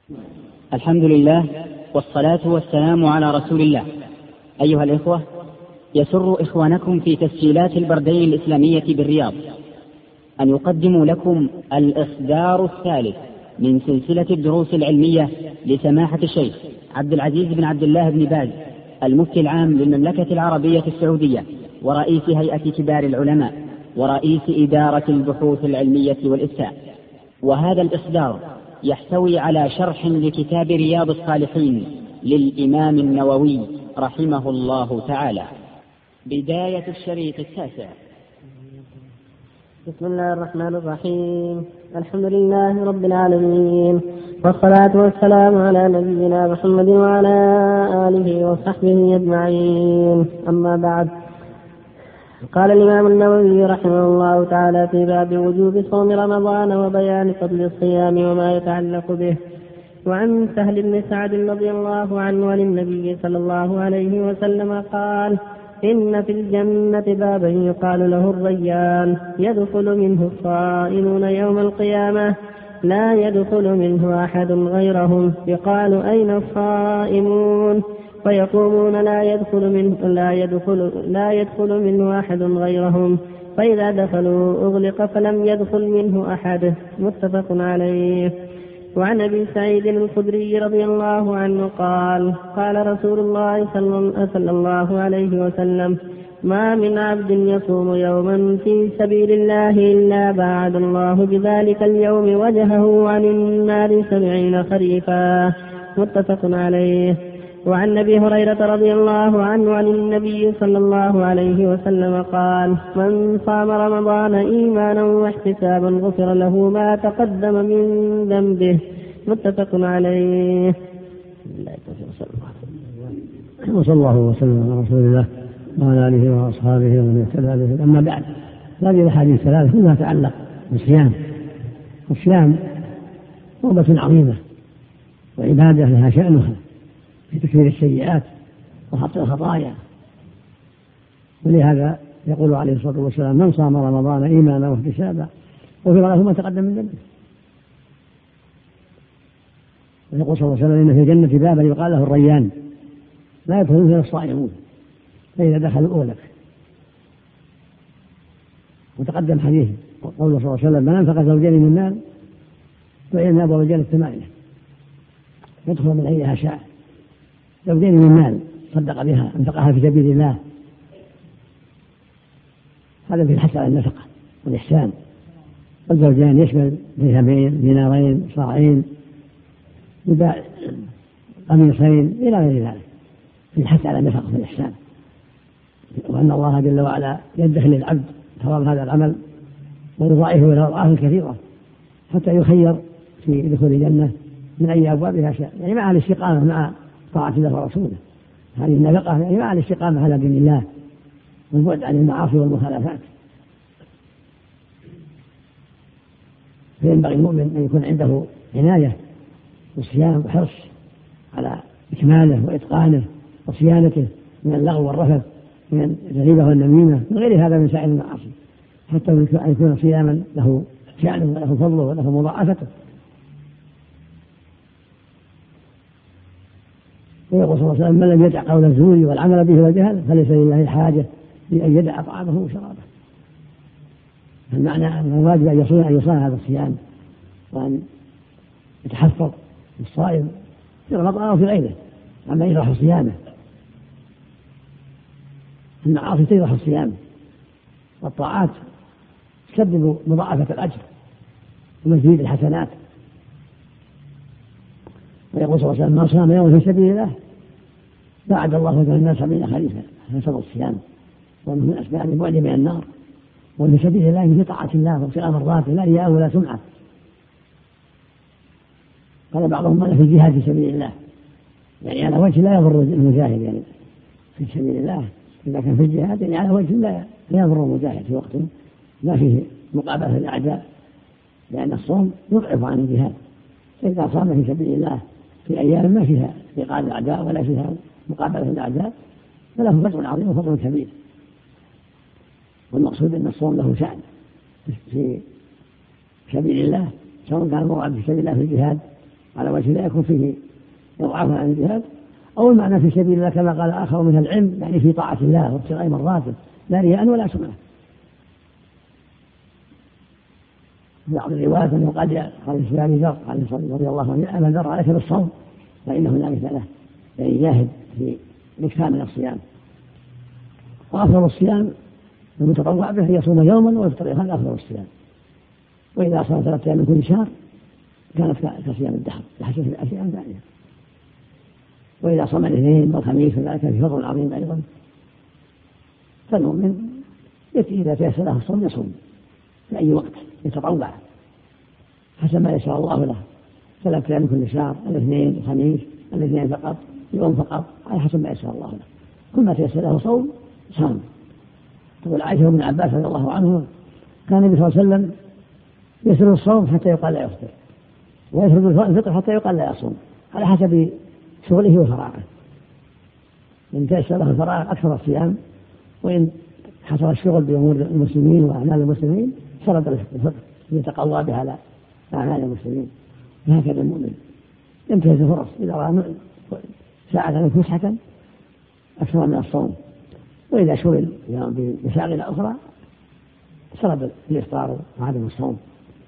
الحمد لله والصلاة والسلام على رسول الله. أيها الإخوة، يسر إخوانكم في تسجيلات البردين الإسلامية بالرياض أن يقدموا لكم الإصدار الثالث من سلسلة الدروس العلمية لسماحة الشيخ عبد العزيز بن عبد الله بن باز المفتي العام للمملكة العربية السعودية ورئيس هيئة كبار العلماء ورئيس إدارة البحوث العلمية والإفتاء. وهذا الإصدار يحتوي على شرح لكتاب رياض الصالحين للإمام النووي رحمه الله تعالى. بداية الشريط التاسع. بسم الله الرحمن الرحيم. الحمد لله رب العالمين، والصلاة والسلام على نبينا محمد وعلى آله وصحبه أجمعين. أما بعد، قال الإمام النووي رحمه الله تعالى في باب وجوب صوم رمضان وبيان فضل الصيام وما يتعلق به. وعن سهل بن سعد رضي الله عنه عن النبي صلى الله عليه وسلم قال: إن في الجنة بابا يقال له الريان، يدخل منه الصائمون يوم القيامة، لا يدخل منه أحد غيرهم، يقال: أين الصائمون؟ فيقومون: لا يدخل منه أحد غيرهم، فإذا دخلوا أغلق فلم يدخل منه أحد. متفق عليه. وعن أبي سعيد الخدري رضي الله عنه قال: قال رسول الله صلى الله عليه وسلم: ما من عبد يصوم يوما في سبيل الله إلا باعد الله بذلك اليوم وجهه عن النار 70 خريفا. متفق عليه. وعن أبي هريرة رضي الله عنه عن النبي صلى الله عليه وسلم قال: من صام رمضان إيمانا واحتسابا غفر له ما تقدم من ذنبه. متفق عليه. وصلى الله وسلم على رسول الله وعلى آله وأصحابه ومن اهتدى به. أما بعد، هذه الأحاديث الثلاث كلها تتعلق بالصيام. والصيام قربة عظيمة وعبادة لها شأنها في تكفير السيئات وحط الخطايا. ولهذا يقول عليه الصلاة والسلام: من صام رمضان إيمانا واحتسابا غفر له ما تقدم من ذنبه. ويقول صلى الله عليه وسلم: إن في الجنة بابا يقال له الريان، لا يدخل منه الصائمون، فإذا دخلوا أغلق. وتقدم حديث قوله صلى الله عليه وسلم: من أنفق زوجين من المال فإن أبواب الجنة 8 يدخل من أيها شاء. زوجين من المال صدق بها، انفقها في سبيل الله، هذا في الحث على النفقة والإحسان. والزوجان يشمل درهمين، دينارين، صاعين، قميصين إلى غير ذلك، في الحث على النفقة والإحسان. وأن الله جل وعلا يدخل للعبد ثواب هذا العمل ويضاعفه إلى أضعاف كثيرة حتى يخير في دخول الجنة من أي أبوابها شاء. يعني مع الاستقامة مع طاعة الله ورسوله، هذه النفقة يعني مع الاستقامة على دين الله والبعد عن المعاصي والمخالفات. فينبغي المؤمن أن يكون عنده عناية والصيام وحرص على إكماله وإتقانه وصيانته من اللغو والرفث، من الغيبة والنميمة، من غير هذا من سائر المعاصي، حتى أن يكون صياما له شأنه وله فضله وله مضاعفته. ويقول صلى الله عليه وسلم: من لم يدع قول الزور والعمل به والجهل فليس لله حاجة بأن يدع طعامه وشرابه. المعنى أن الواجب أن يصان هذا الصيام، وأن يتحفظ الصائم في رمضان أو في غيره عما يجرح صيامه. المعاصي تجرح الصيام، والطاعات تسبب مضاعفة الأجر ومزيد الحسنات. ويقول صلى الله عليه وسلم: من صام يوما في سبيل الله باعد الله وجه الناس 70 خريفا. فصل الصيام ومن أسباب البعد من النار، وفي سبيل الله في طاعة الله وابتغاء مرضاته، لا رياء ولا سمعة. قال بعضهم: أنا في الجهاد في سبيل الله، يعني على وجه لا يضر المجاهد، يعني في سبيل الله إذا كان في الجهاد يعني على وجه لا يضر المجاهد في وقت ما فيه مقابلة الأعداء، لأن الصوم يضعف عن الجهاد. فإذا صام في سبيل الله في أيام ما فيها لقاء الأعداء ولا فيها مقابلة الأعداء فله فضل عظيم وفضل كبير. والمقصود أن الصوم له شأن في سبيل الله، سواء كان المراد في سبيل الله في الجهاد على وجه لا يكون فيه إضعاف عن الجهاد، أو المعنى في سبيل الله كما قال آخر من العلم، يعني في طاعة الله وابتغاء مرضاته لا رياء ولا سمعة. بعض الروايات أنه قال لأبي ذر رضي الله عنه: أبا ذر عليك بالصوم فإنه لا مثل له، يعني جاهد في الإكثار من الصيام. وأفضل الصيام المتطوع به يصوم يوما ويفطر، هذا أفضل الصيام. وإذا صام 3 أيام من كل شهر كانت كصيام الدهر بحسب الأيام ثانية. وإذا صام الاثنين والخميس فذلك في فضل عظيم أيضا. فالمؤمن إذا تيسر له الصوم يصوم في أي وقت يتطوع حسب ما يشاء الله له، 3 أيام من كل شهر، الاثنين الخميس، الاثنين فقط، يوم فقط، على حسب ما يشاء الله له. كل ما تيسر له صوم صام. تقول عائشة بن عباس رضي الله عنه: كان النبي صلى الله عليه وسلم يسر الصوم حتى يقال لا يفطر، ويسر الفطر حتى يقال لا يصوم، على حسب شغله وفراغه. إن تيسر له الفراغ أكثر الصيام، وإن حصل الشغل بأمور المسلمين وأعمال المسلمين شرط الفطر يتقوى بها على أعمال المسلمين. هكذا المؤمن ينتهز الفرص إذا رأى ساعة فسحة أكثر من الصوم، وإذا شغل بمشاغل أخرى شرط الإفطار وعدم الصوم.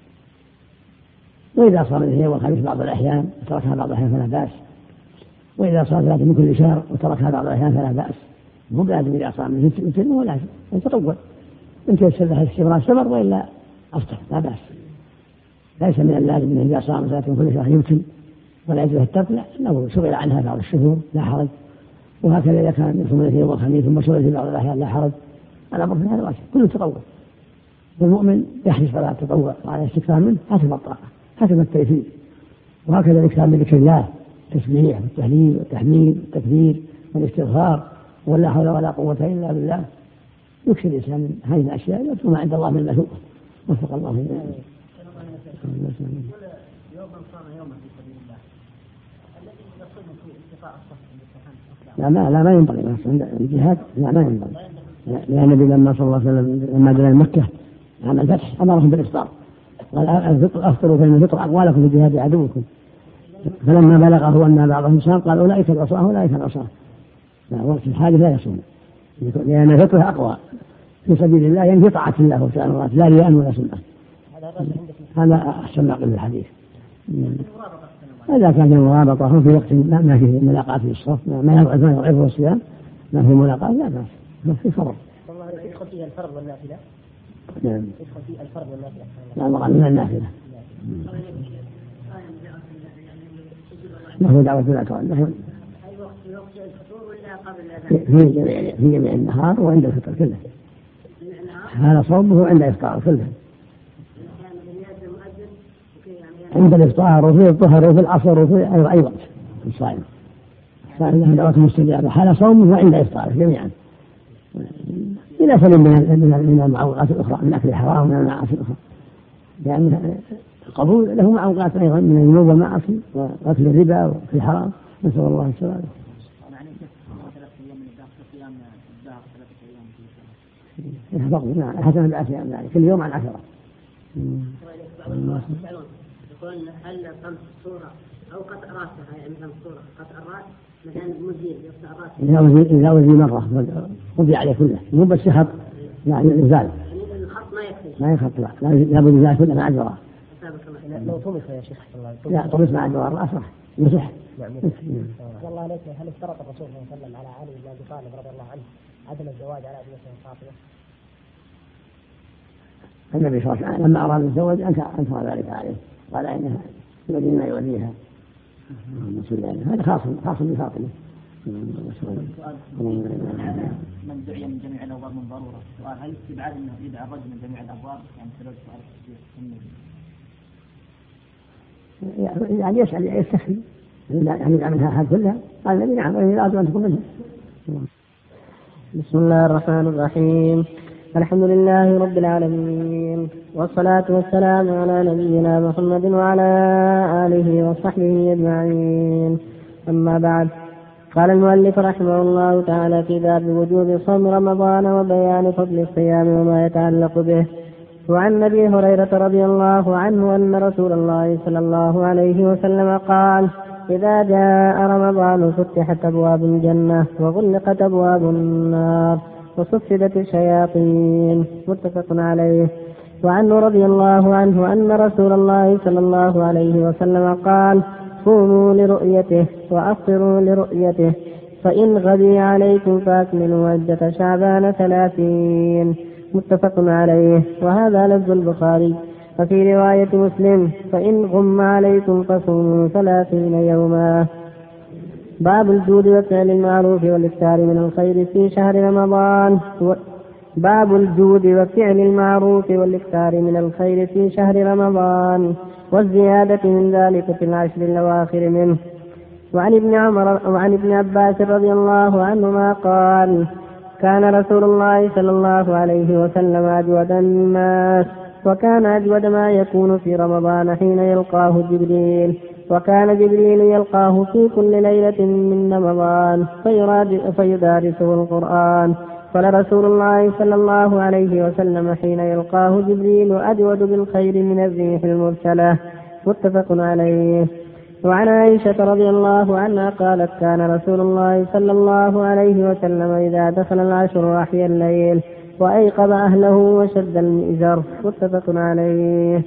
وإذا صام الاثنين والخميس بعض الأحيان وتركها بعض الأحيان فلا بأس. وإذا صام 3 من كل شهر وتركها بعض الأحيان فلا بأس. مو بلازم إذا صام مثل ولا يتطوع، أنت يسر الاستمرار استمر، وإلا أفطر لا بأس. ليس من اللازم أنه إذا صام 3 من كل شهر يمكن ولا يجوز الترك، لا، لو شغل عنها بعض الشهور لا حرج. وهكذا إذا كان يصوم الاثنين والخميس ثم شغل في بعض الأحيان لا حرج. الأمر في هذا واسع، كله تطوع. والمؤمن يحرص على التطوع وعلى الاستكثار منه حسب الطاقة حسب التيسير. وهكذا الاكثار من ذكر الله، التسبيح والتهليل والتحميد والتكبير والاستغفار ولا حول ولا قوة إلا بالله. يكثر الإنسان من هذه الأشياء يرجو ما عند الله من المثوبة. وفق الله لنا. يوما صام يوما في سبيل الله الذي يصوم في انتقاء الصف لا ما ينبغي الجهاد، لا ما ينبغي. لأن النبي لما صلى الله عليه وسلم لما دخل مكة عام الفتح أمرهم بالإفطار، قال: أفطروا فإن الفطر أقوالكم في جهاد عدوكم. فلما بلغه أن بعضهم صام قال: أولئك العصاة أولئك العصاة. لا، وقت الحاجة لا يصوم، لأن الفطر أقوى في سبيل الله، يعني في طاعة الله وسبحانه لا رياء ولا سمعة. هذا أحسن ما قبل الحديث. إذا كان المرابطة هم في وقت ما فيه ملاقاة في الصف، ما يضعف الصيام، ما في ملاقاة لا بأس، ما في فرق. والله يدخل فيها الفرض والنافلة. نعم. يدخل فيها الفرض والنافلة. لا مراد من النافلة. له دعوة لا تعد. أي وقت في وقت الفطور ولا قبل الأذان؟ في جميع النهار وعند الفطر كله. هذا صومه عند إفطاره كله. عند الإفطار وفي الظهر وفي العصر وفي أي وقت الصائم. فإنه دعوة مستجابة حال صومه وعند إفطاره جميعا. إلى سلم من المعوقات الأخرى، من أكل الحرام ومن المعاصي الأخرى، لأن القبول له معوقات أيضا من الذنوب والمعاصي وأكل الربا وفي الحرام، نسأل الله السلامة. حسنا بأسيان ذلك كل يوم عن 10. يقول هل قمت الصورة أو قطع رأسها، يعني مثلا الصورة قطع الرأس مثلا مزيل يقطع الرأس إذا وزي مرة وضي عليه كله، مو بس خط يعني إزال، الخط ما يكفي، ما يخط، لا بد إزال كله مع الجوار. لو طمس يا شيخ الله، لا طمس مع الجوار لا صح يصح. الله عليك، هل اشترط الرسول صلى الله عليه وسلم على علي بن أبي طالب رضي الله عنه عدم الزواج على ابنته فاطمة؟ النبي صلى الله عليه وسلم لما أراد الزواج أنكر ذلك عليه، قال إنها الذي ما يوليها. هذا خاص بفاطمة. من دعي من جميع الأبواب من ضرورة، سؤال: هل استبعاد أنه يدعى الرجل من جميع الأبواب يعني سبب سؤال كثير؟ يعني يسأل يستخفي، يعني يدعى منها أحد كلها. قال النبي: نعم لازم أن تكون منها. بسم الله الرحمن الرحيم. الحمد لله رب العالمين، والصلاة والسلام على نبينا محمد وعلى آله وصحبه أجمعين. أما بعد، قال المؤلف رحمه الله تعالى في باب وجوب صوم رمضان وبيان فضل الصيام وما يتعلق به. وعن أبي هريرة رضي الله عنه أن رسول الله صلى الله عليه وسلم قال: إذا جاء رمضان فتحت أبواب الجنة وغلقت أبواب النار وصفدت الشياطين. متفق عليه. وعنه رضي الله عنه أن رسول الله صلى الله عليه وسلم قال: صوموا لرؤيته وأفطروا لرؤيته، فإن غبي عليكم فأكملوا عدة شعبان 30. متفق عليه. وهذا لفظ البخاري. وفي رواية مسلم: فإن غم عليكم فصوموا 30 يوما. باب الجود وفعل المعروف والإكثار من الخير في شهر رمضان. باب الجود وفعل المعروف والإكثار من الخير في شهر رمضان والزيادة من ذلك في العشر الأواخر منه. وعن ابن عباس رضي الله عنهما قال: كان رسول الله صلى الله عليه وسلم أجود الناس، وكان أجود ما يكون في رمضان حين يلقاه جبريل، وكان جبريل يلقاه في كل ليلة من رمضان فيدارسه القرآن. قال رسول الله صلى الله عليه وسلم حين يلقاه جبريل: أجود بالخير من الريح المرسلة. متفق عليه. وعن عائشة رضي الله عنها قالت: كان رسول الله صلى الله عليه وسلم إذا دخل العشر أحيا الليل وأيقظ أهله وشد المئزر. متفق عليه.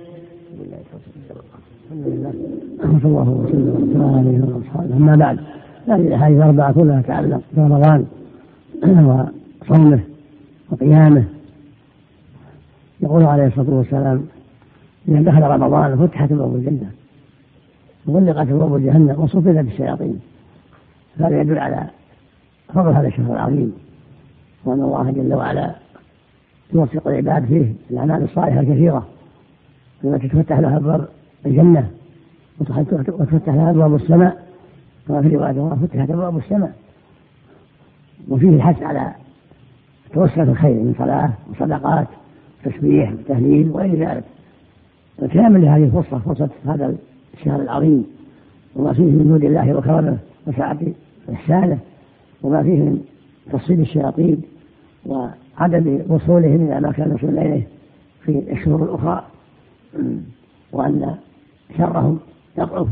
صلى الله وسلم عليه وصحبه. أما بعد، هذه الأحاديث الأربعة كلها تعلق برمضان وصومه وقيامه. يقول عليه الصلاة والسلام: إذا دخل رمضان فتحت أبواب الجنة وغلقت أبواب جهنم وصفدت الشياطين. هذا يدل على فضل هذا الشهر العظيم، وأن الله جل وعلا يوفق العباد فيه الأعمال الصالحة الكثيرة التي تفتح لها أبواب الجنة وتفتح لها أبواب السماء، كما في رواية الله: فتحت أبواب السماء. وفيه الحث على توسع الخير من صلاة وصدقات وتسبيح وتهليل وغير ذلك، وكامل لهذه الفرصة، فرصة هذا الشهر العظيم، وما فيه من جود الله وكرمه وسعة إحسانه، وما فيه من تصيد الشياطين وعدم وصولهم إلى ما كانوا يصلون إليه في الشهور الأخرى، وأن شرهم يضعف.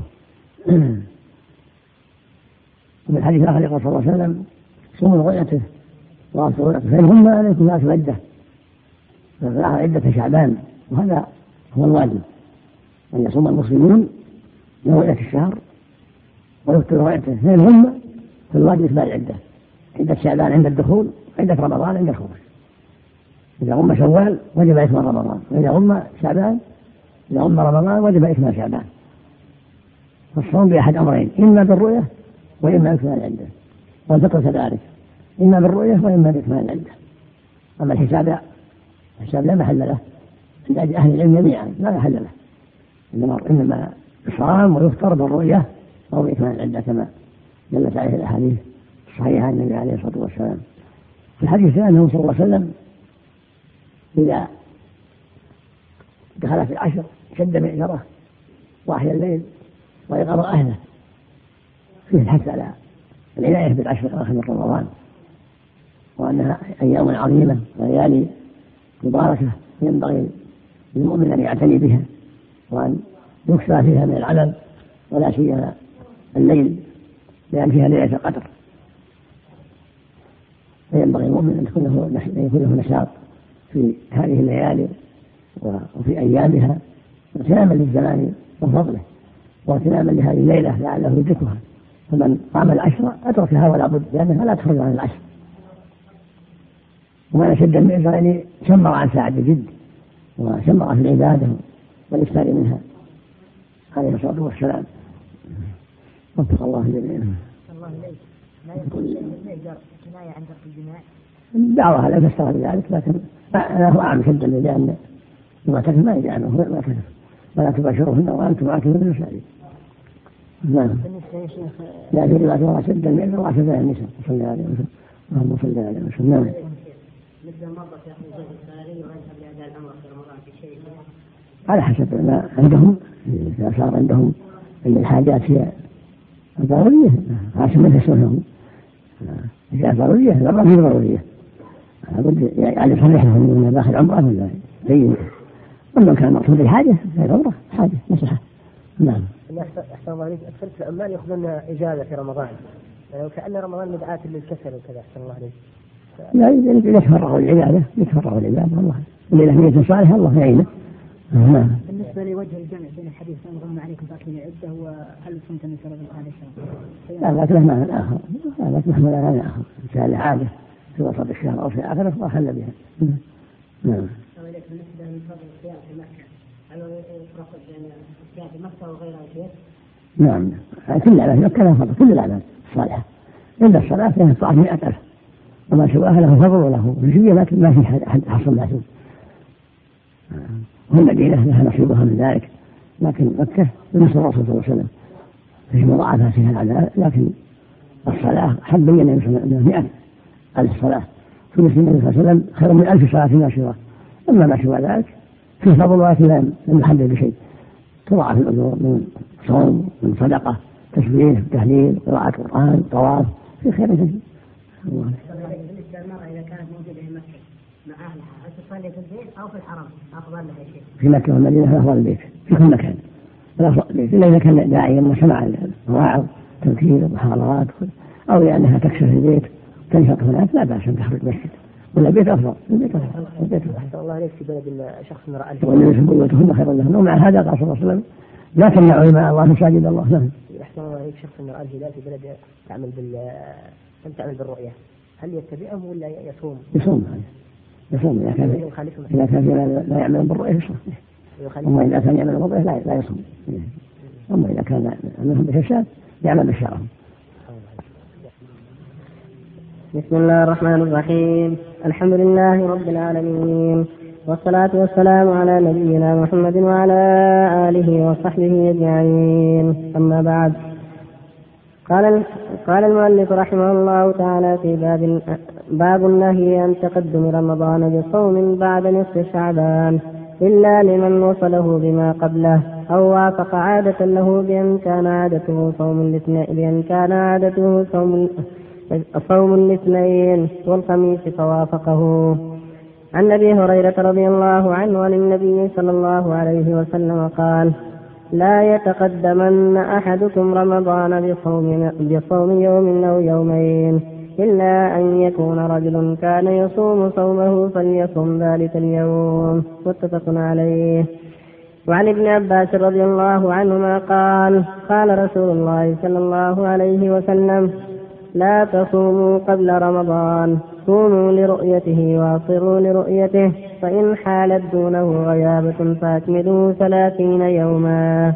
وفي الحديث الآخر يقول صلى الله عليه وسلم: صوموا رؤيته وأفطروا رؤيته، فإن غم عليكم فأكملوا عدة، عدة شعبان. وهذا هو الواجب، أن يصوم المسلمون لرؤية الشهر ويفطروا رؤيته، فإن غم فالواجب إكمال العدة، عدة شعبان عند الدخول، عدة رمضان عند الخروج. إذا غم شوال وجب إكمال رمضان، وإذا غم شعبان، إذا غم رمضان وجب إكمال شعبان. فالصوم بأحد أمرين: إما بالرؤية وإما إكمال العدة، والفطر كذلك، إما بالرؤية وإما بإكمال العدة. أما الحساب لا محل له عند أهل العلم جميعا، لا محل له، إنما يصام ويفطر بالرؤية أو بإكمال العدة كما دلت عليه الأحاديث الصحيحة عن النبي عليه الصلاة والسلام. في الحديث أنه صلى الله عليه وسلم إذا دخل في العشر شد مئزره وأحيا الليل وأيقظ أهله. فيه الحث على العناية بالعشر الأواخر من رمضان، وأنها أيام عظيمة وليالي مباركة ينبغي للمؤمن أن يعتني بها، وأن يكثر فيها من العمل، ولا سيما الليل لأن فيها ليلة القدر، فينبغي المؤمن أن يكون له نشاط في هذه الليالي وفي أيامها، واغتناما للزمان وفضله، واغتناما لهذه الليلة لعله يدركها. فمن قام العشر أدركها ولا بد، لأنها لا تخرج عن العشر. وما شد المئزر يعني شمر عن ساعة الجد وشمر في العبادة والإكثار منها عليه الصلاة والسلام. وفق الله جميعا. لا يكون المئزر كناية عن ترك الجماع؟ دعوها لا تستغل ذلك، لكن أنا أعلم شدا، لأن المعتكف ما يجي عنه هو المعتكف، ولا تباشروهن وأنتم عاكفون في المساجد. نعم. لا في رواية الله شد المئزر وعشرة النساء صلى الله عليه وسلم. اللهم صل على وسلم. نعم. على حسب ما عندهم، إذا صار عندهم أن الحاجات هي ضرورية عشان ما تسمعهم، إذا ضرورية الأمر هي ضرورية، لابد يعني يصرح لهم من داخل عمره ولا زين أما كان مقصود الحاجة فهي عمرة حاجة مصلحة. نعم. أحسن الله عليك، أكثر العمال يأخذون إجازة في رمضان، يعني وكأن رمضان مدعاة للكسل وكذا. أحسن الله عليك. لا يتفرغوا العبادة، الله اللي له نية صالحة الله يعينه. نعم. بالنسبة لوجه الجمع بين الحديث أن غم عليكم فأكمل العدة وهل كنت من سبب هذا الشهر؟ لا له معنى آخر، لا محمل على آخر، كان عادة في وسط الشهر أو في آخره وأخل بها. نعم. بالنسبة لفضل الصيام في مكة، هل يفرق بين الصيام في مكة وغيرها شيء؟ نعم، كل الأعمال مكة لها فضل، كل الأعمال الصالحة إلا الصلاة فيها طاعة 100,000 وما سواها له فضل وله نسبية، لكن ما في حد حصل معصوم. والمدينة لها نصيبها من ذلك، لكن مكة بنص الرسول صلى الله عليه وسلم في مضاعفة فيها العذاب، لكن الصلاة حد بين 100,000 صلاة في مثل النبي صلى الله عليه وسلم خير من 1000 صلاة فيما سواه. أما ما سوى ذلك فيه فضل ولكن لم يحدد بشيء، تضاعف الأجور من صوم، من صدقة، تسبيح، تهليل، قراءة القرآن، طواف، في خير كثير. بالنسبة للمرأة إذا كانت موجودة في مكة مع أهلها، هل تصلي في البيت أو في الحرم؟ أفضل لها شيء. في مكة والمدينة أفضل البيت في كل مكان، الأفضل البيت إلا إذا كان داعيا وسمع المواعظ تذكير المحاضرات، أو لأنها تكسر البيت تنشط هناك لا بأس أن تخرج مسجد، ولا البيت أفضل. البيت أفضل. أحسن الله عليك، في بلد شخص رأى والنبي بيوتهن خير لهن، ومع هذا قال صلى الله عليه وسلم لا تمنعوا إماء الله مساجد الله. نعم. أحسن الله عليك، شخص رأى الهلال في بلد تعمل بالرؤية، هل يتبعهم ولا يصوم؟ يصوم إذا كان لا يعمل بالرؤية يصوم، أما إذا كان يعمل بالرؤية لا يصوم. أما إذا كان منهم بشاشات يعمل بشارهم. بسم الله الرحمن الرحيم. الحمد لله رب العالمين، والصلاة والسلام على نبينا محمد وعلى آله وصحبه أجمعين. أما بعد، قال المؤلف رحمه الله تعالى في باب النهي عن تقدم رمضان بصوم بعد نصف شعبان إلا لمن وصله بما قبله أو وافق عادة له بأن كان عادته صوم الاثنين والخميس فوافقه. عن أبي هريرة رضي الله عنه عن النبي صلى الله عليه وسلم قال: لا يتقدمن أحدكم رمضان بصوم يوم أو يومين إلا أن يكون رجل كان يصوم صومه فليصم ذلك اليوم. متفق عليه. وعن ابن عباس رضي الله عنهما قال: قال رسول الله صلى الله عليه وسلم: لا تصوموا قبل رمضان، صوموا لرؤيته وافطروا لرؤيته، فإن حالت دونه غيابة فأكملوا 30 يوما.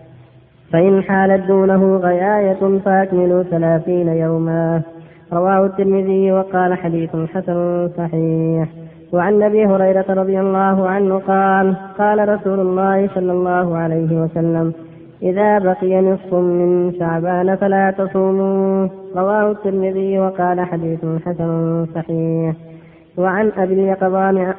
رواه الترمذي وقال حديث حسن صحيح. وعن أبي هريرة رضي الله عنه قال: قال رسول الله صلى الله عليه وسلم: إذا بقي نصف من شعبان فلا تصوموا. رواه الترمذي وقال حديث حسن صحيح. وعن أبي اليقظان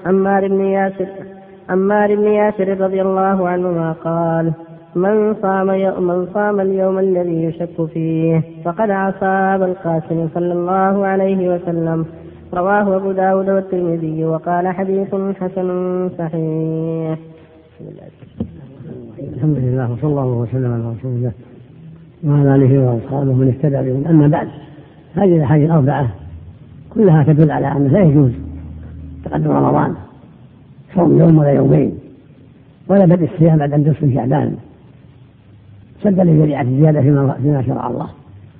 عمار بن ياسر رضي الله عنهما قال: من صام اليوم الذي يشك فيه فقد عصى أبا القاسم صلى الله عليه وسلم. رواه أبو داود والترمذي وقال حديث حسن صحيح. الحمد لله وصلى الله وسلم على رسول الله وعلى آله وأصحابه من اهتدى بهم. أما بعد، هذه الأحاديث الأربعة كلها تدل على أنه لا يجوز تقدم رمضان صوم يوم ولا يومين ولا بدء الصيام بعد أن تصل شعبان سدا لذريعة الزيادة فيما شرع الله.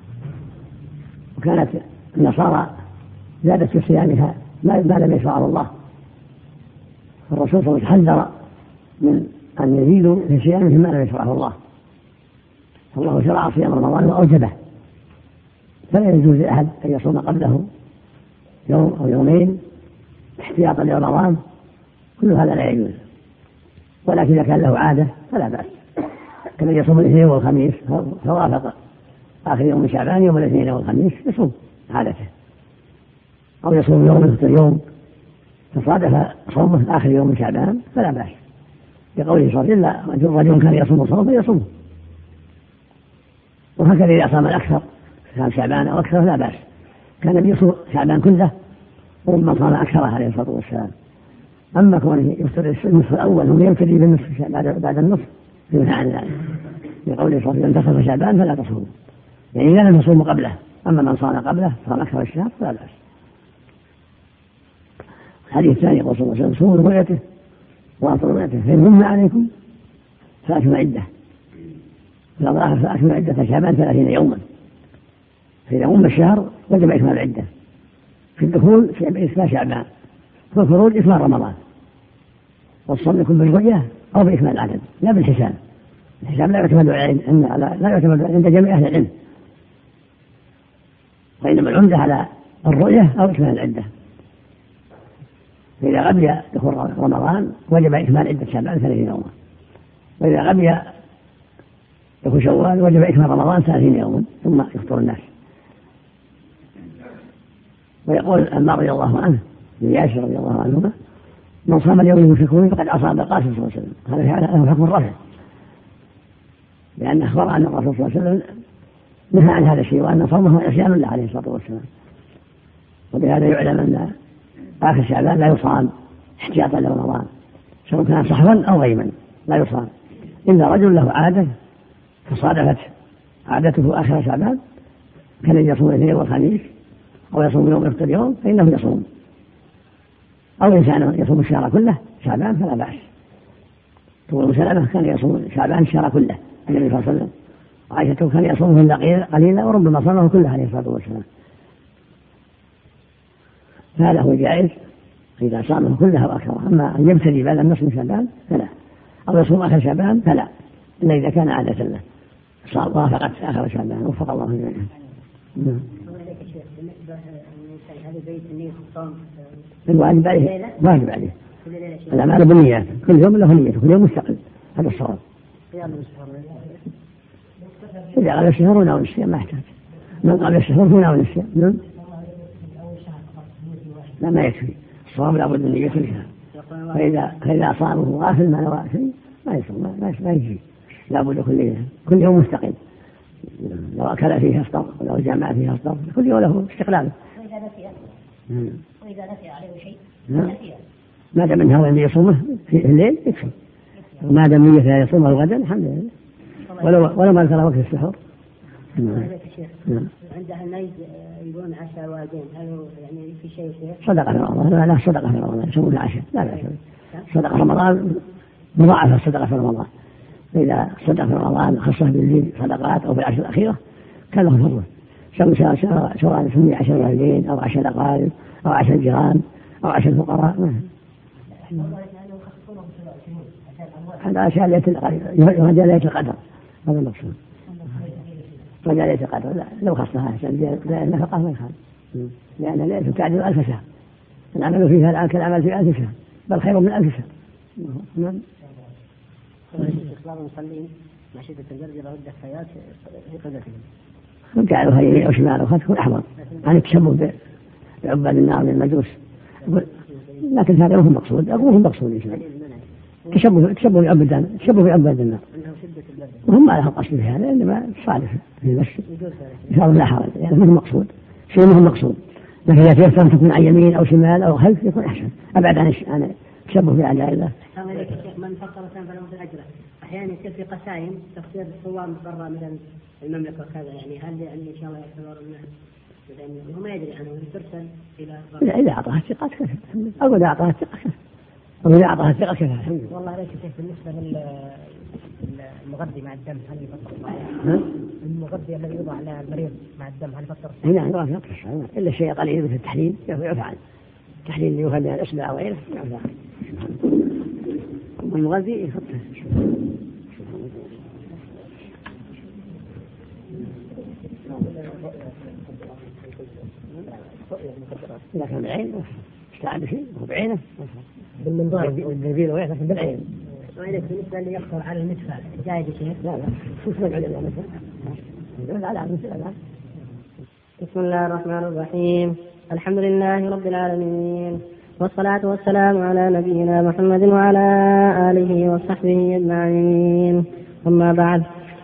وكانت النصارى زادت في صيامها ما لم يشرع الله، فالرسول صلى الله عليه وسلم حذر من أن يزيدوا في صيامه ما لم يشرعه الله، فالله شرع صيام رمضان وأوجبه، فلا يجوز لأحد أن يصوم قبله يوم أو يومين احتياطا لرمضان، كل هذا لا يجوز. ولكن إذا كان له عادة فلا بأس، كمن يصوم الاثنين والخميس فوافق آخر يوم من شعبان يوم الاثنين والخميس يصوم عادته، أو يصوم يوم مثل يوم فصادف صومه آخر يوم من شعبان فلا بأس، بقوله صلى الله عليه وسلم: إلا رجل كان يصوم صوم فيصوم. وهكذا إذا صام الأكثر كان شعبان أو أكثر لا بأس، كان يصوم شعبان كله وربما صام أكثر عليه الصلاة والسلام. أما كونه يفطر النصف الأول وهو يبتدي بالنصف بعد النصف فينهى عن ذلك، لقوله صلى الله عليه وسلم انتصف شعبان فلا تصوموا، يعني إذا لم تصوموا قبله. أما من صام قبله صام أكثر الشهر فلا بأس. الحديث الثاني يقول صلى الله عليه وسلم صوموا رؤيته وأفطروا رؤيته، فإن غم عليكم فأكملوا عدة، فإذا ضاعف فأكملوا عدة شعبان 30 يوما، فإذا غم الشهر وجب إكمال العدة في الدخول في إكمال شعبان، في الخروج إكمال رمضان. والصوم يكون بالرؤية أو بإكمال العدد لا بالحساب. الحساب لا يعتمد عند جميع أهل العلم، وإنما العمدة على الرؤية أو إكمال العدة. فإذا غبي دخول رمضان وجب إكمال عدة شعبان 30 يوما، وإذا غبي دخول شوال وجب إكمال رمضان 30 يوما ثم يفطر الناس. ويقول عمار رضي الله عنه لياسر رضي الله عنهما من صام اليوم المشركون فقد أصاب القاسم صلى الله عليه وسلم. هذا له حكم الرفع، لأن أخبر أن الرسول صلى الله عليه وسلم نهى عن هذا الشيء، وأن صومه عصيان له عليه الصلاة والسلام. وبهذا يعلم أن آخر شعبان لا يصام احتياطا لرمضان، سواء كان صحوا أو غيما لا يصام، إلا رجل له عادة فصادفت عادته آخر شعبان كان يصوم الاثنين والخميس أو يصوم يوم يفطر يوم فإنه يصوم، أو إنسان يصوم الشهر كله شعبان فلا بأس. تقول سلمة كان يصوم شعبان الشهر كله النبي صلى الله عليه وسلم، وعائشة كان يصومه إلا قليلا وربما صامه كله عليه الصلاة والسلام. فهذا هو جائز إذا صامه كله أو أكثر. أما أن يبتدي بعد النصف من شعبان فلا، أو يصوم آخر شعبان فلا، إلا إذا كان عادة له وافقت آخر شعبان وفق الله جميعا. الواجب عليه واجب عليه الأعمال بالنيات، كل يوم له نية، كل يوم مستقل، هذا الصواب. إذا قبل الشهر وناول الصيام ما يحتاج، من قبل الشهر وناول الصيام لا ما يكفي، الصواب لابد من نية الشهر. فإذا أصابه غافل ما نوى شيء ما يصوم، ما يجي، لابد كل يوم مستقل. لو أكل فيه أفطر ولو جامع فيه أفطر، كل يوم له استقلاله. وإذا نسي عليه شيء ما دام من هذا اللي يصومه في الليل يكفي، وما دام نية لا يصومه غدا الحمد لله، ولو ما ذكر وقت السحور. عند أهل النجد يقولون عشاء والدين، هل يعني في شيء صدقة في رمضان؟ لا صدقة في رمضان يسمون عشاء، لا بأس. صدقة رمضان مضاعفة الصدقة في رمضان، إذا صدق في رمضان خصه بالليل صدقات أو بالعشر الأخيرة كان له فضله، سواء سمي 10 والدين أو 10 أقارب أو 10 جيران أو 10 فقراء. هذا أشياء رجالية القدر، هذا المقصود، رجالية القدر. لا لو خصها عشان النفقة ما يخالف، لأن ليلة تعدل 1000 شهر، العمل فيها الآن كالعمل في 1000 شهر، بل خير من 1000 شهر. نعم. بعض المصلين مع شدة البرد يرد الحياة في قدرتهم، جعلوها يمين أو شمال وخلف تكون أحوط عن التشبه بعباد النار للمجوس، لكن هذا هو المقصود، أقول هو المقصود إن شاء الله. تشبه بعباد النار، وهم ما لهم قصد في هذا، إنما صادف في المسجد إن شاء الله لا حرج، يعني مو مقصود شيء مو مقصود، لكن إذا تيسر أن تكون عن يمين أو شمال أو خلف يكون أحسن، أبعد عن التشبه بأعداء الله. من فطر سنة فله مثل أجره. أحيانا يصير في قسائم تفسير الصوام برا من المملكة وكذا، يعني هل يعني إن شاء الله يعتبر الناس لأنه هو ما يدري عنه ترسل إلى إذا أعطاها الثقة كفى، أو إذا أعطاها الثقة كفى، أو إذا أعطاها الثقة كفى. والله ليش شيء بالنسبة للمغذي مع الدم هل يفطر؟ المغذي الذي يوضع على المريض مع الدم هل يفطر؟ نعم لا يفطر، إلا الشيء قليل مثل التحليل يعفى عنه، التحليل اللي يخلي الأسبع وغيره يعفى عنه، والمغذي يفطر. إذا كان بعين استعد شيء هو بعينه بالمنظار بالنبيل وغيره، لكن بالعين. وإذا بالنسبة اللي يقصر على المدفع جايز شيء؟ لا شو اسمه على المدفع؟ على المدفع. بسم الله الرحمن الرحيم، الحمد لله رب العالمين، والصلاة والسلام على نبينا محمد وعلى آله وصحبه أجمعين، أما بعد.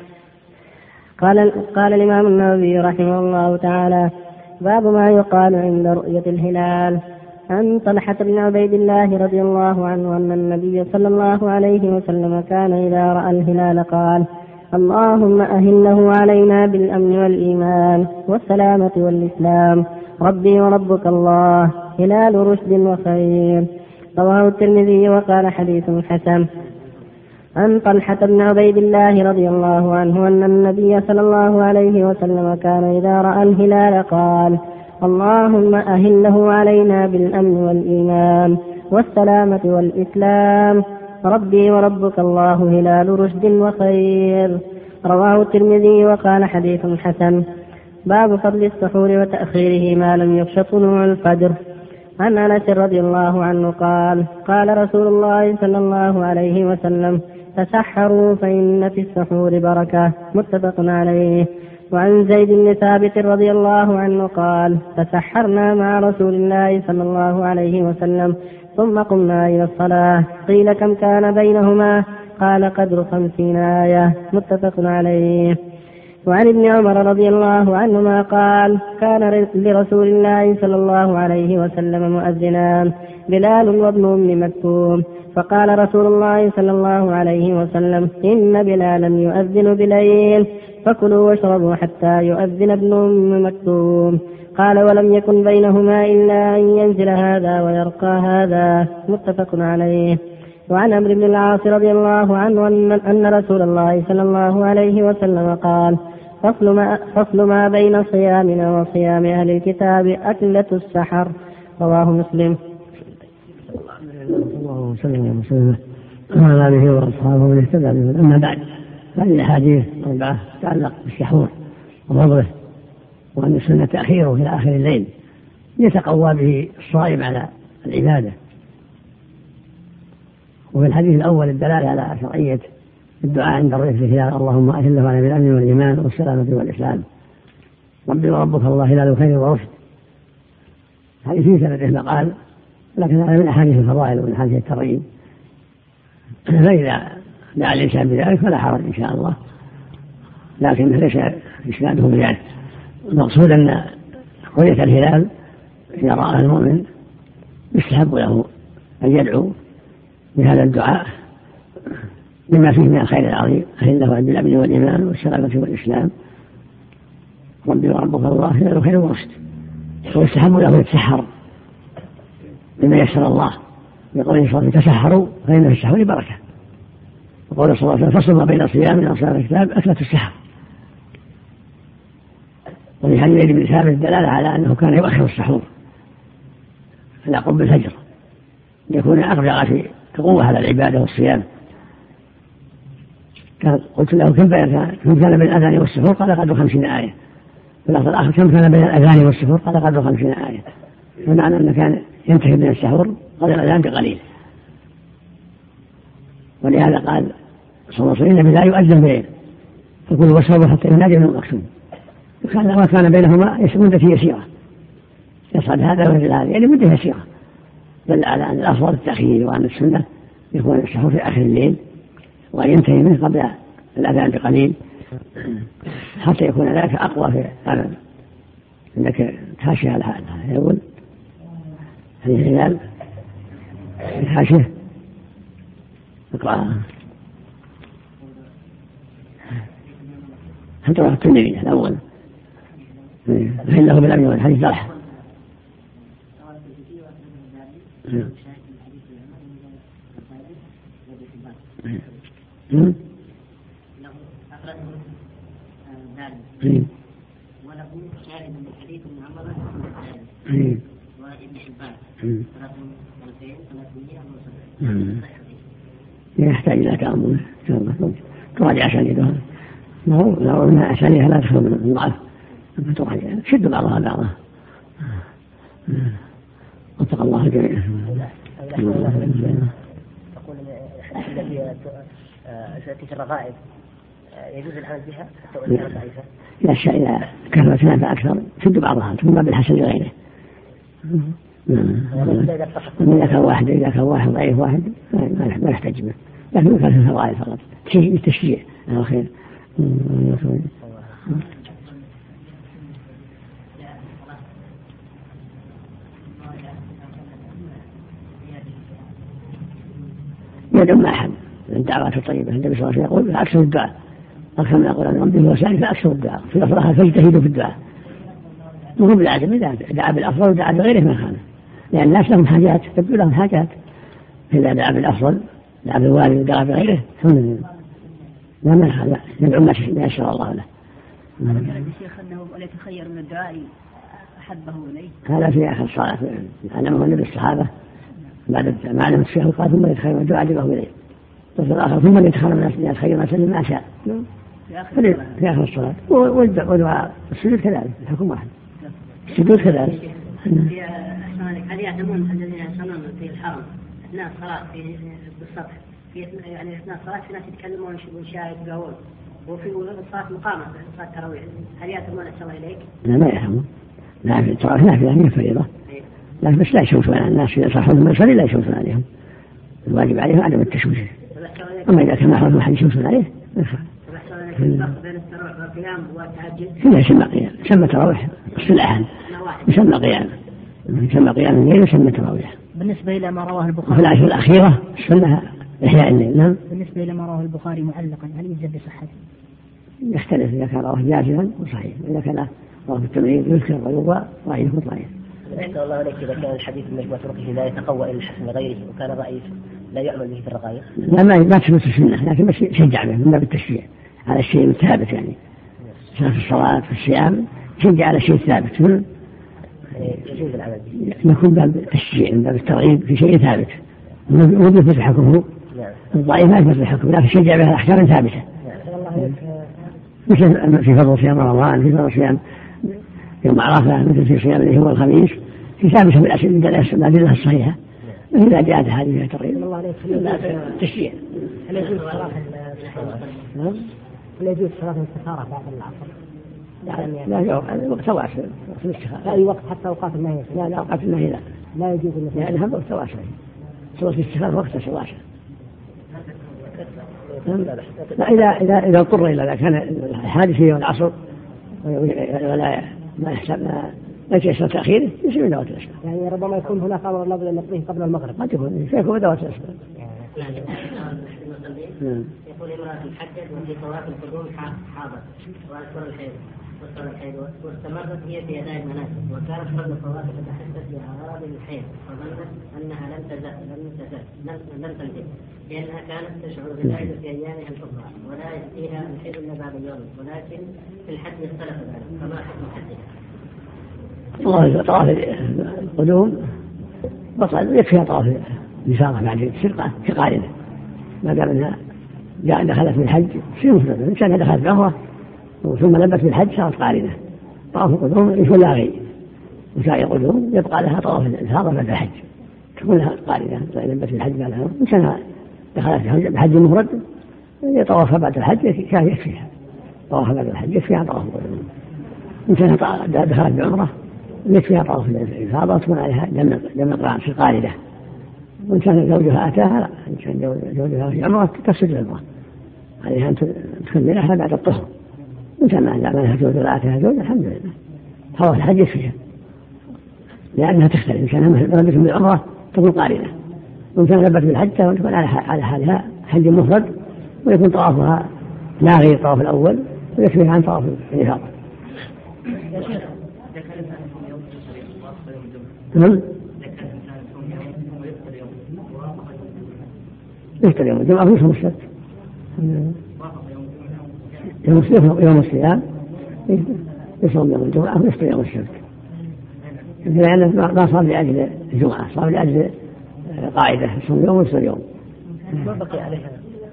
قال الإمام النووي رحمه الله تعالى: باب ما يقال عند رؤية الهلال. عن طلحة بن عبيد الله رضي الله عنه أن النبي صلى الله عليه وسلم كان إذا رأى الهلال قال: اللهم أهله علينا بالأمن والإيمان والسلامة والإسلام، ربي وربك الله، هلال رشد وخير. رواه الترمذي وقال حديث حسن. عن طلحة بن عبيد الله رضي الله عنه أن النبي صلى الله عليه وسلم كان إذا رأى الهلال قال: اللهم أهله علينا بالأمن والإيمان والسلامة والإسلام، ربي وربك الله، هلال رشد وخير. رواه الترمذي وقال حديث حسن. باب فضل السحور وتأخيره ما لم يخش طلوع الفجر. عن أنس رضي الله عنه قال: قال رسول الله صلى الله عليه وسلم: تسحروا فإن في السحور بركة. متفق عليه. وعن زيد بن ثابت رضي الله عنه قال: تسحرنا مع رسول الله صلى الله عليه وسلم ثم قمنا إلى الصلاة، قيل كم كان بينهما؟ قال: قدر 50 آية. متفق عليه. وعن ابن عمر رضي الله عنهما قال: كان لرسول الله صلى الله عليه وسلم مؤذنان، بلال وابن أم مكتوم، فقال رسول الله صلى الله عليه وسلم: إن بلالا يؤذن بليل، فكلوا واشربوا حتى يؤذن ابن أم مكتوم. قال: ولم يكن بينهما إلا أن ينزل هذا ويرقى هذا. متفق عليه. وعن عمرو بن العاص رضي الله عنه أن رسول الله صلى الله عليه وسلم قال: فصل ما بين صيامنا وصيام أهل الكتاب أكلة السحر. رواه مسلم. الله وسلم وسلم على آله وأصحابه من اهتدى به. أما بعد، هذه الأحاديث 4 تتعلق بالسحور وفضله، وأن السنة تأخيره إلى آخر الليل يتقوى به الصائم على العبادة. وفي الحديث الأول الدلالة على شرعية الدعاء عند الرؤية في الهلال: اللهم أهله على بالأمن والإيمان والسلامة والإسلام، ربي وربك الله، هلال خير ورشد. هذه في سنده مقال، لكن هذا من أحاديث الفضائل ومن أحاديث الترغيب، فإذا دعا الإنسان بذلك فلا حرج إن شاء الله، لكن ليس إسناده بذلك. المقصود أن رؤية الهلال إذا رآه المؤمن يستحب له أن يدعو بهذا الدعاء بما فيه من الخير العظيم: أهله بالأمن والإيمان والسلامة والإسلام، ربي وربك الله، هلال خير ورشد. ويستحب له يتسحر بما يسر الله، يقول صلى الله عليه وسلم: تسحروا فإن في السحور بركة. وقول صلى الله عليه وسلم: فصل ما بين صيامنا وصيام الكتاب أكلة السحر. وفي حديث زيد بن ثابت الدلالة على أنه كان يؤخر السحور على قرب الفجر ليكون أقرب في قوة على العبادة والصيام. قلت له: كم كان بين الأذان والسحور؟ قال: قدر 50 آية. في اللفظ الآخر: كم كان بين الأذان والسحور؟ قال: قدر 50 آية. بمعنى أنه كان ينتهي من السحور قدر الأذان بقليل. ولهذا قال صلى الله عليه وسلم: لا يؤذن بليل، فكلوا واشربوا حتى ينادي ابن مكتوم. وما كان بينهما مدة يسيرة، يصعد هذا وينزل هذا، يعني مدة يسيرة. دل على أن الأفضل التأخير، وأن السنة يكون السحور في آخر الليل وأن ينتهي منه قبل الأذان بقليل، حتى يكون ذلك أقوى في العمل. إنك تحاشي على هذا يقول هذه الهلال تحاشيه اقرأها. حتى رواه الترمذي الأول: فإنه بالأمن والحديث صالح. وله شاهد من حديث ابن عمر وابن حبان 300 يحتاج إلى تأمل إن شاء الله، تراجع أسانيدها. لو أنها أسانيدها لا تخلو من الضعف، تراجع شد بعضها بعضا. واتق الله الجميع. تقول التي في الرغائب يجوز العمل بها حتى وإن كانت ضعيفة؟ لا شيء، إذا كثرت فأكثر شد بعضها ثم بالحسن لغيره. إذا كان واحد ضعيف واحد ما يحتاج به، لكن كان في الفضائل فقط للتشجيع على الخير. يدعو مع أحد من الدعوات الطيبة. النبي صلى الله عليه وسلم يقول أكثر الدعاء أكثر من أقول أن ربي وسائل فأكثر الدعاء في الأفراح فاجتهدوا في الدعاء. وهو بالعدم إذا دعا بالأفضل ودعا بغيره ما خانه، لأن الناس لهم حاجات تبدو لهم حاجات. إذا دعا بالأفضل دعا بالوالد ودعا بغيره ثم لا منع، لا ندعو ما يشاء الله له. الشيخ أنه ولا يتخير من الدعاء أحبه إليه، هذا في آخر الصلاة علمه النبي الصحابة بعد ما علم الشيخ قال ثم يتخير من الدعاء عجبه إليه، وفي الآخر ثم يتخير من يتخير ما سلم ما شاء في آخر الصلاة. والدعاء السجود كذلك الحكم واحد، السجود كذلك. هل يعلمون الذين يصلون في الحرم أثناء الصلاة بالسطح يعني أثناء الصلاة في ناس يتكلمون ويشاهد يقولون وفي الصلاة مقامة صلاة التراويح هل يأتمون أحسن الله إليك؟ لا ما يفهمون، لا في التراويح لا في هذه فريضة، لكن بس لا يشوفون على الناس إذا صحوا ما يصلي لا يشوفون عليهم، الواجب عليهم عدم التشويش. أما إذا كان محرم أحد يشوفون عليه ما يفعل. بين التراويح والقيام والتهجد كلها يسمى قيام، يسمى تراويح اصطلاحا يسمى قيام، يسمى قيام الليل ويسمى تراويح. بالنسبة إلى ما رواه البخاري في العشر الأخيرة سنة إحياء الليل. نعم. بالنسبة إلى ما رواه البخاري معلقا هل يجب بصحته؟ يختلف إذا كان رواه جازما وصحيح، إذا كان رواه التمريض يذكر ويروى ضعيف وضعيف. أحسن الله عليك إذا كان الحديث مجموعة طرقه لا يتقوى إلى الحسن لغيره وكان الرأي لا يعمل به في الرقائق. لا ما تثبت السنة، لكن بس يشجع به من باب التشجيع على الشيء الثابت، يعني في الصلاة في الصيام يشجع على الشيء الثابت. يجوز العمل يكون باب التشجيع من باب الترغيب في شيء ثابت ويثبت حكمه. الضعيف ما يثبت حكمه لكن يشجع به أحكام ثابتة. مثل في فضل صيام رمضان، في فضل صيام يوم عرفة، مثل في صيام اللي هو الخميس، في ثابتة بالأدلة الصحيحة. إذا جاءت هذه الترغيب التشجيع. هل يجوز صلاة الاستخارة بعد العصر؟ لا وقت واسع في الاستخارة. أي وقت حتى أوقات النهي؟ لا أوقات النهي لا يجوز يعني هم وقت واسع، صلاة الاستخارة وقت واسع. إذا اضطر إلى ذلك كان الحادث في العصر ولا ما يحسب ما يتيسر تأخيره يصير من ذوات الأسباب. يعني ربما يكون هناك أمر الله أن نقضيه قبل المغرب. قد يكون فيكون ذوات الأسباب. يقول امرأة الحجة وفي طواف القدوم حاضر وأكثر الحيض واستمرت هي في أداء المناسك وكانت قبل الطواف تتحدث بأعراض الحيض فظنت أنها لم تلجأ لأنها كانت تشعر بذلك في أيامها الأخرى ولا يأتيها الحيض إلا بعد يوم، ولكن في الحج اختلف ذلك فما حكم حجها؟ والله طواف القدوم بطل يكفيها طواف الإفاضة بعد السرقة كقارنة ما دام أنها دخلت بالحج تصير مفردة. إن كانت دخلت بعمرة ثم لبت بالحج صارت قارنة. طواف القدوم يكون لها غير، وسائر القدوم يبقى لها طواف الإفاضة بعد الحج تكون لها قارنة لبت بالحج بعد الحج. إن كانت دخلت بحج مفرد يطوفها بعد الحج كان يكفيها طوافها بعد الحج يكفيها طواف القدوم. إن كانت دخلت بعمرة يكفيها طواف الإفاضة وتكون عليها دم القرآن في قارنة. وإن كان زوجها أتاها لا، إن كان زوجها في عمرة تفسد العمرة عليها أن تكملها بعد الطهر. وإن كان ما لها زوج ولا أتاها زوج الحمد لله طواف الحج فيها لأنها تختلف. إن كان لبت بالعمرة تكون قارنة، وإن كان لبت بالحج تكون على حالها حج مفرد ويكون طوافها لا غير الطواف الأول ويكفيها عن طواف الإفاضة. يفطر يوم الجمعة ويصوم السبت. يوم الصيام يصوم يوم الجمعة ويفطر يوم السبت، لأنه ما صار لأجل الجمعة، صار لأجل قاعدة يصوم يوم ويفطر يوم. ما بقي عليها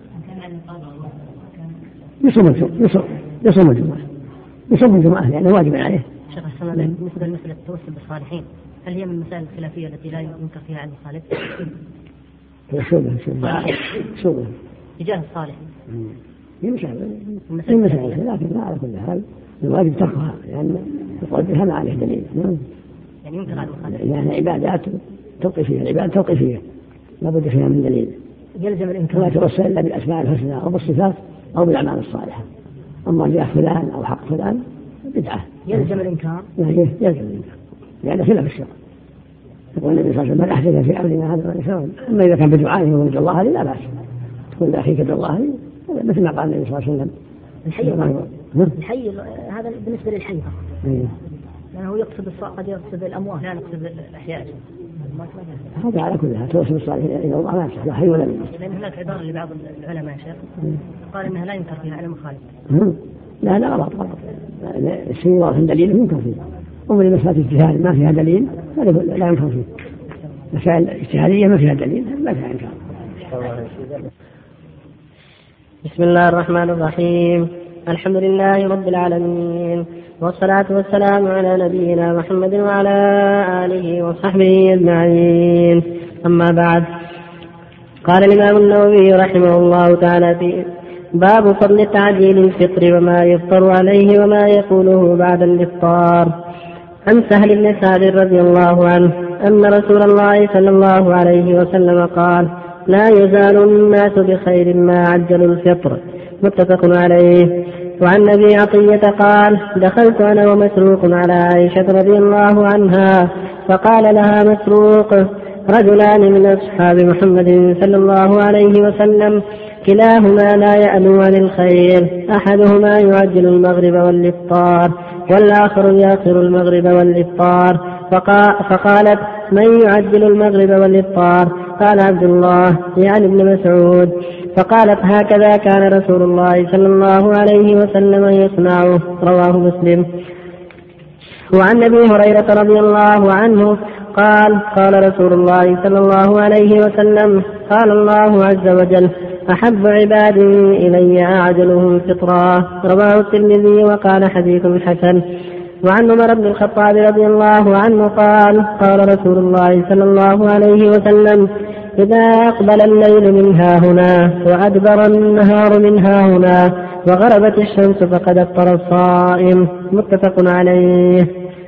يصوم الجمعة لأنه واجب عليه. شيخ السلام بالنسبة لمسألة التوسل بالصالحين هل هي من المسائل الخلافية التي لا ينكر فيها عن الخالف؟ شوبه تجاه الصالح هي مسألة لكن لا على كل حال الواجب تركها لأن يقول بها ما عليه دليل. يعني ينكر عن الخالف لأن عبادات توقيفية، العبادة توقيفية لا بد فيها من دليل. يلزم الإنكار لا توسل إلا بالأسماء الحسنى أو بالصفات أو بالأعمال الصالحة. أما جاء فلان أو حق فلان بدعة يلزم الإنكار يلزم الإنكار لأن خلاف الشرع. يقول النبي صلى الله عليه وسلم: من أحدث في أمرنا هذا ما يسوي. أما إذا كان بدعائه ومن الله لا بأس، تقول لأخيك الله مثل ما قال النبي صلى الله عليه وسلم. الحي هذا بالنسبة للحي لأنه يقصد قد يقصد الأموات لا يقصد الأحياء. هذا على كل حال توصل الصالحين إلى الله لا يصح لا حي ولا ميت. لأن هناك عبارة لبعض العلماء شيخ قال إنها لا ينكر فيها على المخالف. لا غلط. الشيء واضح دليل ينكر فيه. أمر المسألة اجتهاد ما فيها دليل لا ينكر فيه. مسائل اجتهادية ما فيها دليل ما فيها إنكار. بسم الله الرحمن الرحيم. الحمد لله رب العالمين، والصلاة والسلام على نبينا محمد وعلى آله وصحبه أجمعين. أما بعد، قال الإمام النووي رحمه الله تعالى في باب فضل تعجيل الفطر وما يفطر عليه وما يقوله بعد الإفطار. عن سهل بن سعد رضي الله عنه أن رسول الله صلى الله عليه وسلم قال: لا يزال الناس بخير ما عجلوا الفطر. متفق عليه. وعن أبي عطية قال: دخلت أنا ومسروق على عائشة رضي الله عنها فقال لها مسروق: رجلان من أصحاب محمد صلى الله عليه وسلم كلاهما لا يألو عن الخير، أحدهما يعجل المغرب والإفطار والآخر يأخر المغرب والإفطار. فقالت: من يعجل المغرب والإفطار؟ قال عبد الله يعني ابن مسعود. فقالت: هكذا كان رسول الله صلى الله عليه وسلم يصنعه. رواه مسلم. وعن أبي هريرة رضي الله عنه قال: قال رسول الله صلى الله عليه وسلم: قال الله عز وجل: أحب عبادي إلي أعجلهم فطرا. رواه الترمذي وقال حديث حسن. وعن عمر بن الخطاب رضي الله عنه قال: قال رسول الله صلى الله عليه وسلم: إذا أقبل الليل من ها هنا وأدبر النهار من ها هنا وغربت الشمس فقد أفطر الصائم. متفق عليه.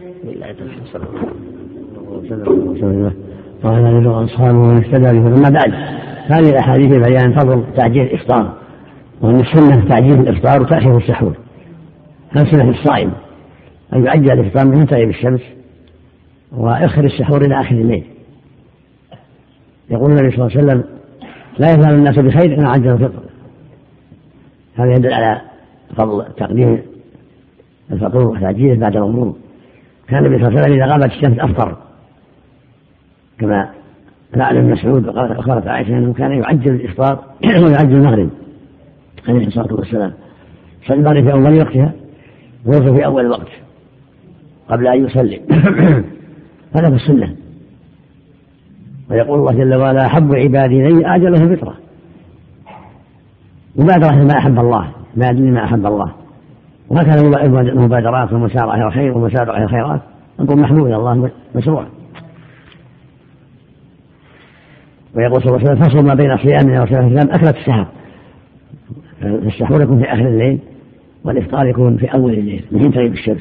وعلى آله وأصحابه ومن اهتدى بهداه. أما بعد، هذه الأحاديث بيان فضل تعجيل الإفطار، وأن السنة تعجيل الإفطار وتأخير السحور. هذا سنة الصائم أن يعجل الإفطار من تغيب الشمس ويؤخر السحور إلى آخر الليل. يقول النبي صلى الله عليه وسلم: لا يزال الناس بخير إن عجلوا الفطر. هذا يدل على فضل تقديم الفطور وتعجيله بعد الغروب. كان النبي صلى الله عليه وسلم إذا غابت الشمس أفطر، كما فعل ابن مسعود وقالت عائشة أنه كان يعجل الإفطار ويعجل المغرب عليه الصلاة والسلام. صلى المغرب في أول وقتها ويوفى في أول الوقت قبل أن يصلي. هذا في السنة. ويقول الله جل وعلا: أحب عبادي إلي أعجلهم فطرة. مبادرة ما أحب الله، ما أدري ما أحب الله. وهكذا المبادرات والمسارعة إلى الخير والمسارعة إلى الخيرات أمر محمود إلى الله مشروع. ويقول صلى الله عليه وسلم: فصل ما بين صيامنا وصيام الإسلام أكلة السحر. السحور يكون في آخر الليل والإفطار يكون في أول الليل من حين تغيب الشمس.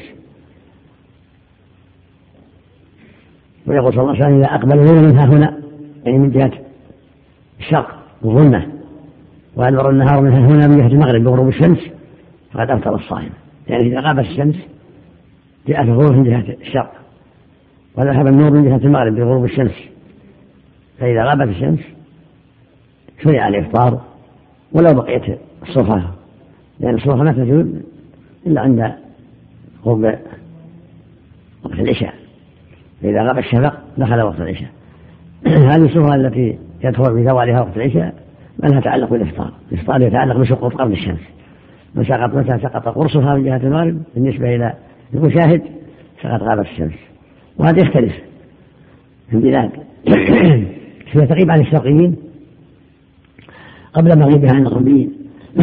ويقول صلى الله عليه وسلم: إذا أقبل الليل من ها هنا، يعني من جهة الشرق والظلمة، وأدبر النهار من ها هنا من جهة المغرب بغروب الشمس، فقد أفطر الصائم. يعني إذا غابت الشمس جاءت الغروب من جهة الشرق وذهب النور من جهة المغرب بغروب الشمس، فإذا غابت الشمس شرع الإفطار ولو بقيت الصفحة، لأن الصفحة ما تزول إلا عند غروب وقت العشاء. فإذا غاب الشفق دخل وقت العشاء. هذه الصفحة التي يدخل بزوالها وقت العشاء ما لها تعلق بالإفطار. الإفطار يتعلق بسقوط قبل الشمس. متى سقط قرصها من جهة المغرب بالنسبة إلى المشاهد فقد غابت الشمس. وهذا يختلف في البلاد. فيها تغيب عن الشرقيين قبل مغيبها عن الغربيين.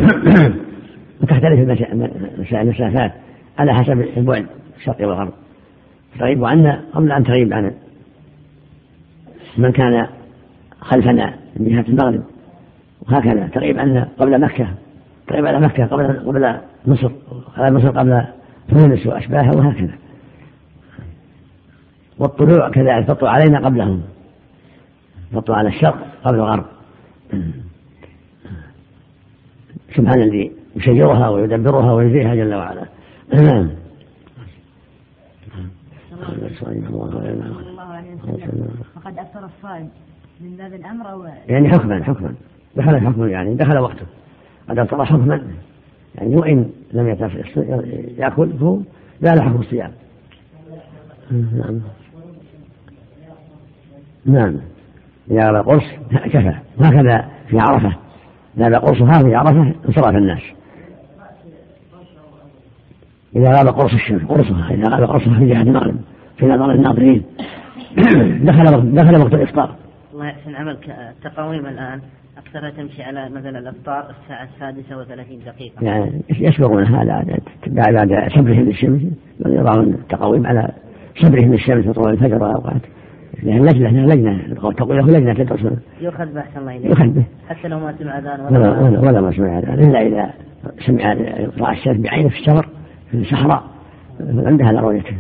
وتختلف المسافات على حسب البعد الشرقي والغرب. تغيب عنا قبل أن تغيب عن من كان خلفنا من جهة المغرب، وهكذا تغيب عنا قبل مكة، تغيب على مكة قبل مصر، على مصر قبل تونس وأشباهها، وهكذا. والطلوع كذلك تطلع علينا قبلهم، تطلع على الشرق قبل الغرب. سبحان الذي يشجرها ويدبرها ويزيها جل وعلا. الصائم صلى الله عليه وسلم فقد أفطر الصائم من باب الأمر أو يعني حكما دخل الحكم، يعني دخل وقته قد أفطر حكما، يعني وإن لم يأكل فهو لا له حكم الصيام. نعم إذا غاب القرص كفى، وهكذا في عرفة إذا غاب قرصها في عرفة انصرف الناس. إذا غاب قرص الشمس قرصها، إذا غاب قرصها في جهة المغرب في نظر الناظرين دخل وقت الإفطار. الله يحسن عملك. التقاويم الآن أكثرها تمشي على مثلا الإفطار الساعة 36 يعني يسبقون هذا بعد شبرهم للشمس، يضعون التقاويم على شبرهم للشمس وطول الفجر والأوقات. لأن لجنة تقول له لجنة تدرس يؤخذ به أحسن الله إليه، يؤخذ به حتى لو ما سمع أذان ولا ما سمع أذان، إلا إذا سمع إطلاع الشمس بعينه في الشجر في الصحراء عندها لرؤيته.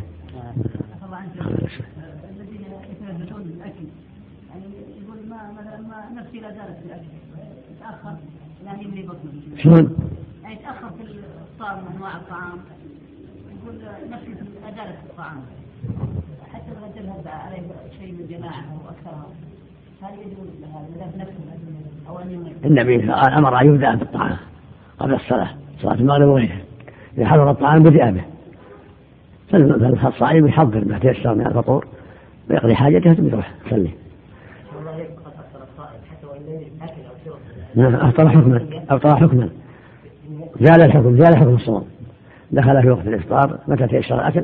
الذين يتنبهون بالأكل يعني يقول ما نفسي لا زالت بالأكل يتأخر لا يملي بطنه شلون؟ يعني يتأخر في الإفطار من أنواع الطعام، يقول نفسي لا زالت في الطعام حتى لو جلها عليه شيء من جماعة أو أكثرها، هل يجوز لها نفسه أو أن يملي؟ النبي أمر أن يبدأ بالطعام قبل صلاة المغرب وغيرها، إذا حضر الطعام بدأ به، فالصائم يحضر ما تيسر من الفطور ويقضي حاجته ثم يروح يصلي. أفطر حكما زال حكم الصوم، دخل في وقت الإفطار متى تيسر أكل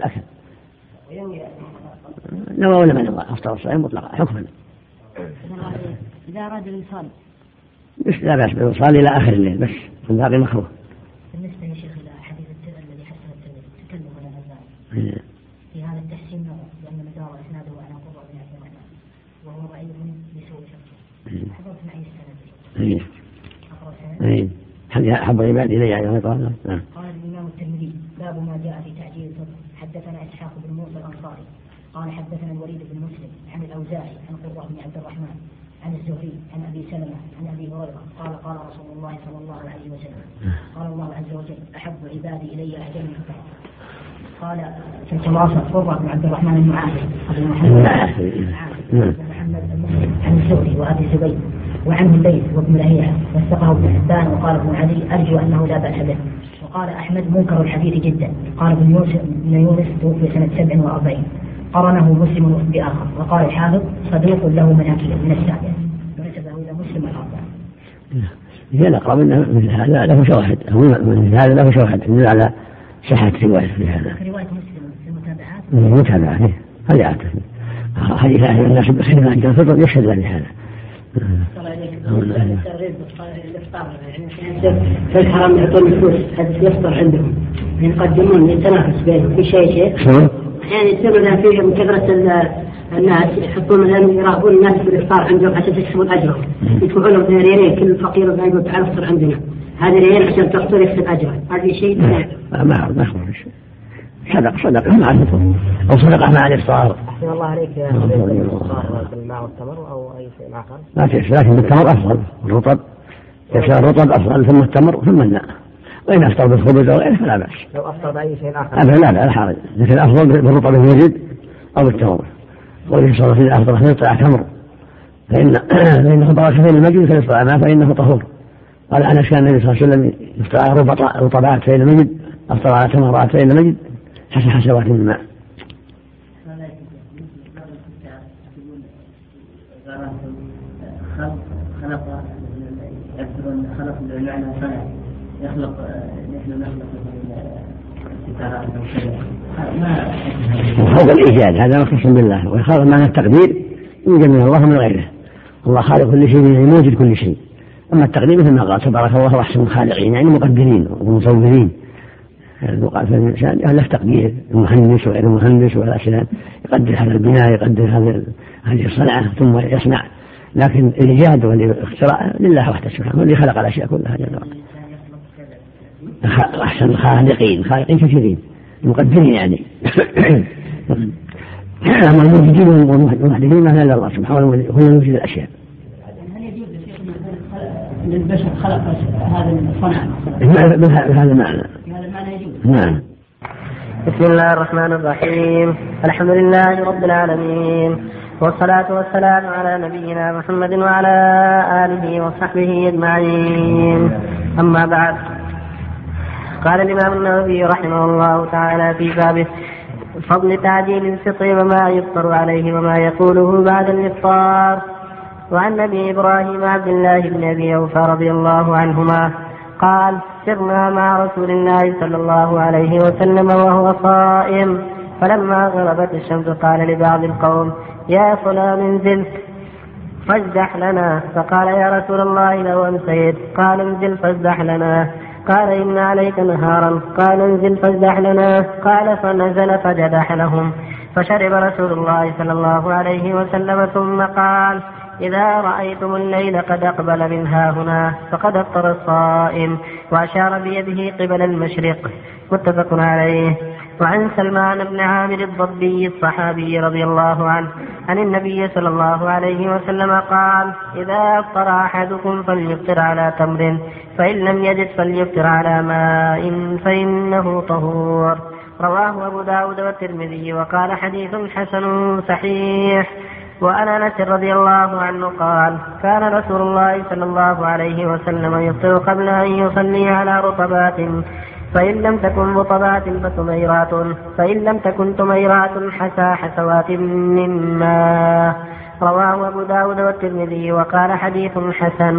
نوى ولا ما نوى أفطر الصائم مطلقا حكما. إذا أراد الوصال مش لا بأس بالوصال إلى آخر الليل بس الباقي مكروه. بالنسبة يا شيخ إلى حديث الذي حسن تكلم على الأذان في هذا التحسين لأن مدار إسناده على قرة بن عبد الرحمن وهو ضعيف بسوء شرطه. حضرت معي السند. حب العباد إلي يعني قال الإمام الترمذي باب ما جاء في تعجيل الفطر. حدثنا إسحاق بن موسى الأنصاري قال حدثنا الوليد بن مسلم عن الأوزاعي عن قرة بن عبد الرحمن عن الزهري عن أبي سلمة عن أبي هريرة قال رسول الله صلى الله عليه وسلم قال الله عز وجل أحب عبادي إلي أعجل الفطر. قال في الخلاصة قرة بن عبد الرحمن المعافي أبو محمد المسلم عن الزهري وأبي زبيد وعنه الليث وابن لهيعة وثقه ابن حبان وقال ابن علي أرجو أنه لا بأس به. وقال أحمد منكر الحديث جدا. قال ابن يونس توفي سنة 47 قرنه مسلم بآخر. وقال الحافظ صدوق له مناكير من السابع ونسبه إلى مسلم الأربعة. هي الأقرب أنه مثل هذا له شواهد، مثل هذا له شواهد يدل على صحة رواية في هذا. رواية مسلم في المتابعات. هذه عادة حديث أهل الناس بخير ما أنت الفطر يشهد لهذا. في الحرم يعطون الفلوس هذا يفطر عندهم يقدمون يتنافس بينهم في شيء يعني يصير لها فيه من كثرة الناس يحطون مثلا يراقبون الناس بالإفطار عندهم عشان يكسبون أجرهم، يدفعون لهم ريالين كل فقير ويقول تعال افطر عندنا هذا ريال عشان تفطر يكسب أجره. هذا شيء ما أخبر شيء صدقة مع الفطر أو صدقة مع الإفطار. أحسن الله عليك يا الإفطار بالماء والتمر أو أي شيء آخر؟ لا تيسر، لكن التمر أفضل، الرطب أفضل ثم التمر ثم الماء، وإن أفطر بالخبز أو غيره فلا بأس. لو أفطر بأي شيء آخر لا حرج، لكن الأفضل بالرطب الموجود أو بالتمر. وإن صار في الأفضل أن يطلع تمر فإنه بركة في المجد فيطلع ما فإنه طهور. قال أنس كان النبي صلى الله عليه وسلم يفطر على رطبات فإن المجد أفطر على تمرات فإن المجد حسوات من الماء. خلق بمعنى صنع يخلق نحن نخلق وفوق الإيجاد هذا مختص بالله، ويخاف معنى التقدير يوجد من الله من غيره. الله خالق كل شيء موجد كل شيء. أما التقدير مثل ما قال تبارك الله أحسن الخالقين يعني مقدرين ومصورين. يقال في الإنسان له تقدير المهندس وغير المهندس والأشياء يقدر هذا البناء يقدر هذه الصنعة ثم يصنع، لكن الإيجاد والاختراع لله وحده سبحانه واللي خلق الأشياء كلها جل وعلا. أحسن الخالقين كثيرين مقدرين يعني. أما الموجودين والمحدثين ما إلا الله سبحانه هو يوجد الأشياء. هل يجوز للبشر خلق هذا الصنع بهذا المعنى؟ بهذا المعنى يجوز. نعم. بسم الله الرحمن الرحيم. الحمد لله رب العالمين، والصلاة والسلام على نبينا محمد وعلى آله وصحبه أجمعين. أما بعد، قال الإمام النووي رحمه الله تعالى في باب فضل تعجيل الفطر وما يفطر عليه وما يقوله بعد الإفطار. وعن أبي إبراهيم عبد الله بن أبي أوفى رضي الله عنهما قال: سرنا مع رسول الله صلى الله عليه وسلم وهو صائم، فلما غربت الشمس قال لبعض القوم: يا فلان انزل فازدح لنا. فقال: يا رسول الله لو أمسيت. قال: انزل فازدح لنا. قال: إن عليك نهارا. قال: انزل فازدح لنا. قال: فنزل فجدح لهم، فشرب رسول الله صلى الله عليه وسلم ثم قال: إذا رأيتم الليل قد أقبل من هاهنا فقد أفطر الصائم، وأشار بيده قبل المشرق. متفق عليه. وعن سلمان بن عامر الضبي الصحابي رضي الله عنه عن النبي صلى الله عليه وسلم قال: إذا أفطر أحدكم فليفطر على تمر، فإن لم يجد فليفطر على ماء فإنه طهور. رواه أبو داود والترمذي وقال: حديث حسن صحيح. وعن أنس رضي الله عنه قال: كان رسول الله صلى الله عليه وسلم يفطر قبل أن يصلي على رطبات، فإن لم تكن رطبات فتميرات، فإن لم تكن تميرات حسوات من ماء. رواه أبو داود والترمذي وقال: حديث حسن.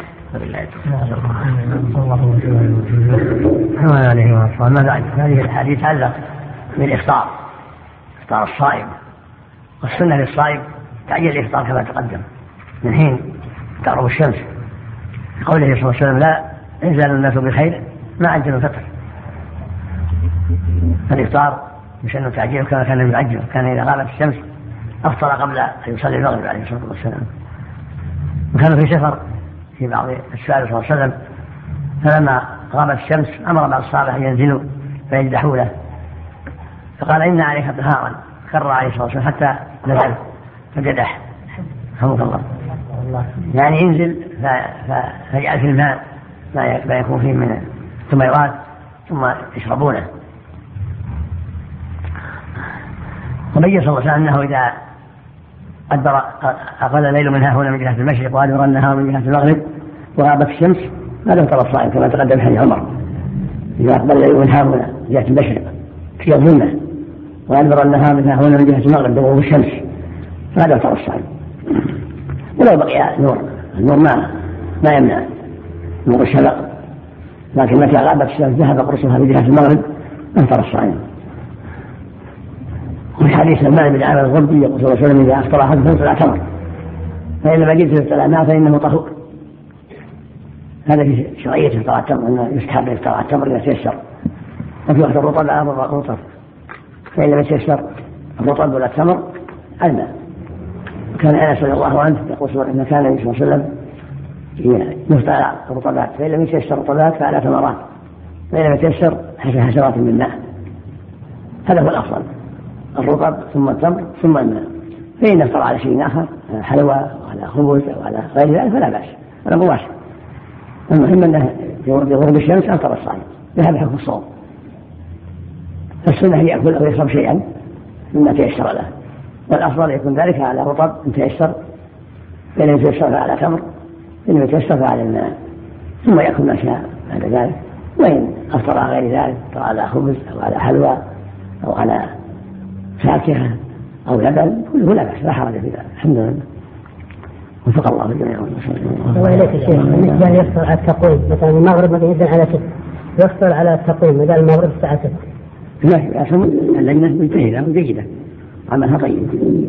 ما بعد هذه الحديث تعلق بالإفطار، إفطار الصائم. والسنة للصائم تعجيل الإفطار كما تقدم من حين تغرب الشمس، قوله صلى الله عليه وسلم: لا يزال الناس بخير ما عجلوا الفطر. فالإفطار يسن تعجيله كما كان يعجل، كان إذا غابت الشمس أفطر قبل أن يصلي المغرب عليه الصلاة والسلام. وكان في سفر في بعض السؤال صلى الله عليه وسلم، فلما غابت الشمس أمر بعض الصحابة أن ينزلوا فيجدحوا له، فقال: إن عليك طهارا. خر عليه الصلاة والسلام حتى نزل فجدح، رحمك الله، يعني ينزل فيجعل في الماء ما يكون فيه من التميرات ثم يشربونه. وبين صلى الله عليه وسلم أنه إذا أقل الليل من هنا من جهة المشرق وأدبر النهار من جهة المغرب وغابت الشمس ما له ترى الصائم، كما تقدم حديث عمر: إذا أقبل الليل من هنا من جهة المشرق في الظلمة وأدبر النهار من هنا من جهة المغرب بغروب الشمس فهذا ترى الصائم. ولو بقي النور ما يمنع نور الشفق، لكن متى غابت الشمس ذهب قرصها في جهة المغرب أفطر الصائم. وفي حديث سلمان بن عامر الضبي يقول صلى الله عليه وسلم: إذا أفطر أحدكم فليفطر على تمر، فإن لم يجد فليفطر على ماء فإنه طهور. هذا في شرعية إفطار التمر، أنه يستحب إفطار التمر إذا تيسر. وفي وقت الرطب على الرطب، فإن لم يتيسر الرطب ولا التمر الماء. كان أنس رضي الله عنه يقول إن كان النبي صلى الله عليه وسلم يفطر على الرطبات، فإن لم يتيسر الرطبات فعلى تمرات، فإن لم يتيسر حشرات من ماء. هذا هو الأفضل، الرطب ثم التمر ثم الماء. فإن افطر على شيء آخر، حلوى وعلى خبز وعلى غير ذلك فلا بأس، هذا مباشر. المهم أنه في غروب الشمس أفطر الصائم، ذهب حكم الصوم. فالسنة يأكل أو يشرب شيئا مما تيسر له، والأفضل يكون ذلك على رطب إن تيسر، فإن لم يتيسر فعلى تمر، إن لم يتيسر فعلى الماء، ثم يأكل ما شاء بعد ذلك. وإن أفطر على غير ذلك، أفطر على خبز أو على حلوى أو على فاكهة أو لبن كله لا بأس، لا حرج في ذلك. الحمد لله، وفق الله الجميع. وإليك الشيخ، بالنسبة يفطر على التقويم، مثلا المغرب مثلا ينزل على 6، يفطر على التقويم إذا المغرب الساعة 6. لا يأسم، اللجنة مجتهدة وجيدة، عملها طيب.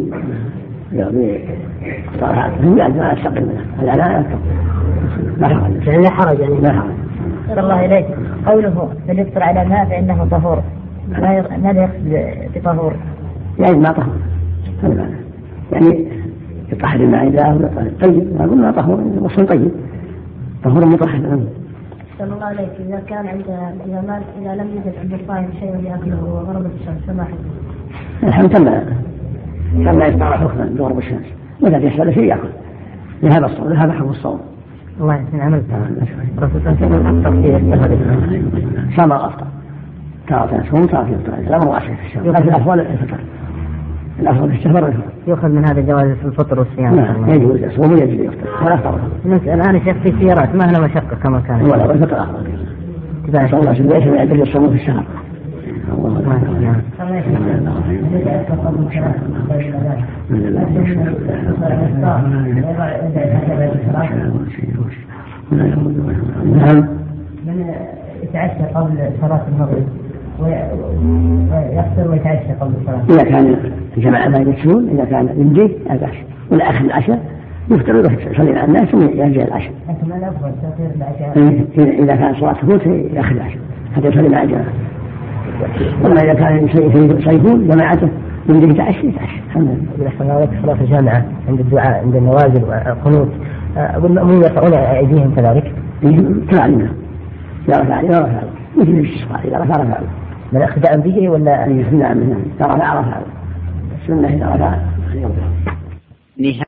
اختارها لا أستقل منها، لا حرج، يعني لا حرج، يعني لا حرج. صلى الله إليك. قوله فليفطر على ماء فإنه طهور، ماذا يقصد بطهور؟ يعني ما طهور، يعني يطهر الماء إذا طيب، ما قلنا طهور وصل طيب، طهور مطهر. صلى الله عليك. إذا كان إذا لم يجد عند الصائم شيء يأكله وغربت الشمس فما حكمه؟ الحمد لله يستطيع حكما بغرب الشمس، وإذا يحصل شيء يأكل. لهذا الصوم، لهذا حكم الصوم. الله يحسن عملك. صام أفطر. تارة يصوم تارة يفطر، الأمر واسع في الشهر، لكن الأفضل الفطر، الأفضل في الشهر الفطر. يؤخذ من هذا جواز الفطر والصيام. نعم يجوز يصوم ويجوز يفطر ولا يفطر. الآن شيخ في سيارات ما هنا مشقة كما كان. ولا الفطر أفضل. صلى الله عليه وسلم ليس من عدل الصوم في الشهر. نعم. من يتعشى قبل صلاة المغرب ويفطر ويتعشى قبل الصلاة. إذا كان الجماعة لا يجلسون، إذا كان يمديه لا بأس، ولا آخر العشاء يفطر ويروح يصلي مع الناس ثم يرجع العشاء. لكن ما الأفضل تأخير العشاء؟ إذا كان صلاة تفوت يأخذ العشاء حتى يصلي مع الجماعة. وما إذا كان يصيفون جماعته يمديه يتعشى يتعشى. الحمد لله. إذا صلى صلاة الجامعة عند الدعاء عند النوازل والقنوت والمأمومين يرفعون أيديهم كذلك؟ كذلك. إذا رفع مثل الاستسقاء، إذا رفع من اقتداء به ولا؟ نعم إذا رفع السنة إذا رفع.